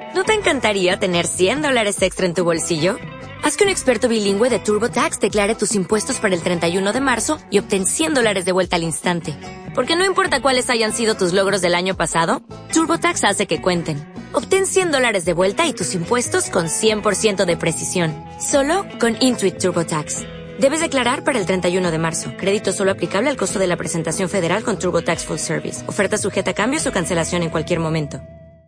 ¿No te encantaría tener $100 extra en tu bolsillo? Haz que un experto bilingüe de TurboTax declare tus impuestos para el 31 de marzo y obtén $100 de vuelta al instante. Porque no importa cuáles hayan sido tus logros del año pasado, TurboTax hace que cuenten. Obtén $100 de vuelta y tus impuestos con 100% de precisión. Solo con Intuit TurboTax. Debes declarar para el 31 de marzo. Crédito solo aplicable al costo de la presentación federal con TurboTax Full Service. Oferta sujeta a cambios o cancelación en cualquier momento.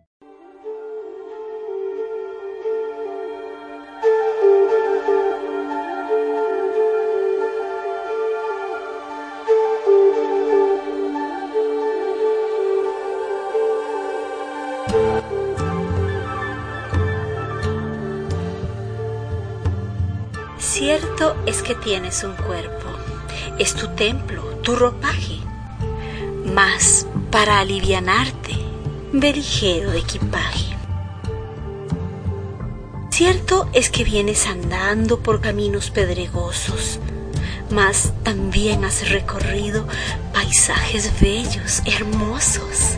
Cierto es que tienes un cuerpo, es tu templo, tu ropaje, mas para alivianarte, ve ligero de equipaje. Cierto es que vienes andando por caminos pedregosos, mas también has recorrido paisajes bellos, hermosos.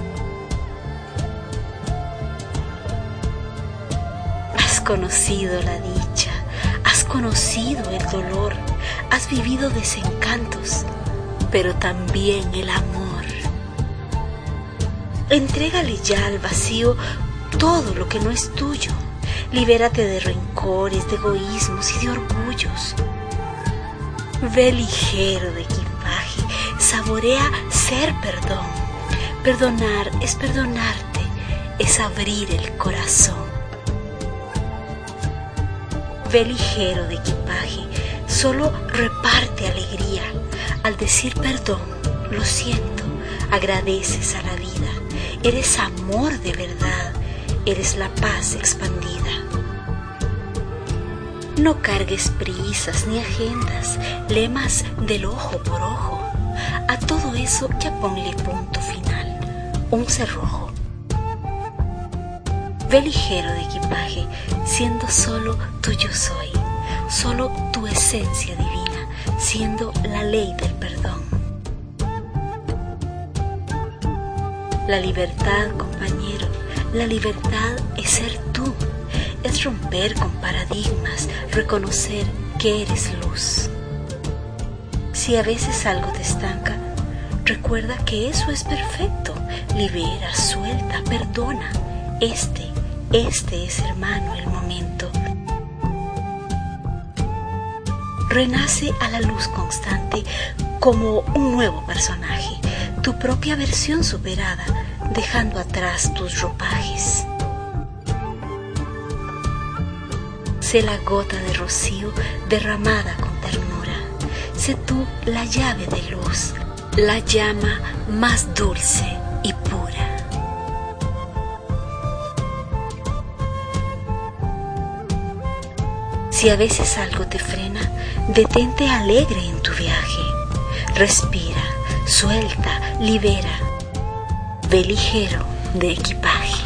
Has conocido la dicha. Has conocido el dolor, has vivido desencantos, pero también el amor. Entrégale ya al vacío todo lo que no es tuyo. Libérate de rencores, de egoísmos y de orgullos. Ve ligero de equipaje, saborea ser perdón. Perdonar es perdonarte, es abrir el corazón. Ve ligero de equipaje, solo reparte alegría. Al decir perdón, lo siento, agradeces a la vida. Eres amor de verdad, eres la paz expandida. No cargues prisas ni agendas, lemas del ojo por ojo. A todo eso ya ponle punto final, un cerrojo. Ve ligero de equipaje, siendo solo tu yo soy, solo tu esencia divina, siendo la ley del perdón. La libertad, compañero, la libertad es ser tú, es romper con paradigmas, reconocer que eres luz. Si a veces algo te estanca, recuerda que eso es perfecto, libera, suelta, perdona. Este es, hermano, el momento. Renace a la luz constante como un nuevo personaje, tu propia versión superada, dejando atrás tus ropajes. Sé la gota de rocío derramada con ternura. Sé tú la llave de luz, la llama más dulce y pura. Si a veces algo te frena, detente alegre en tu viaje. Respira, suelta, libera. Ve ligero de equipaje.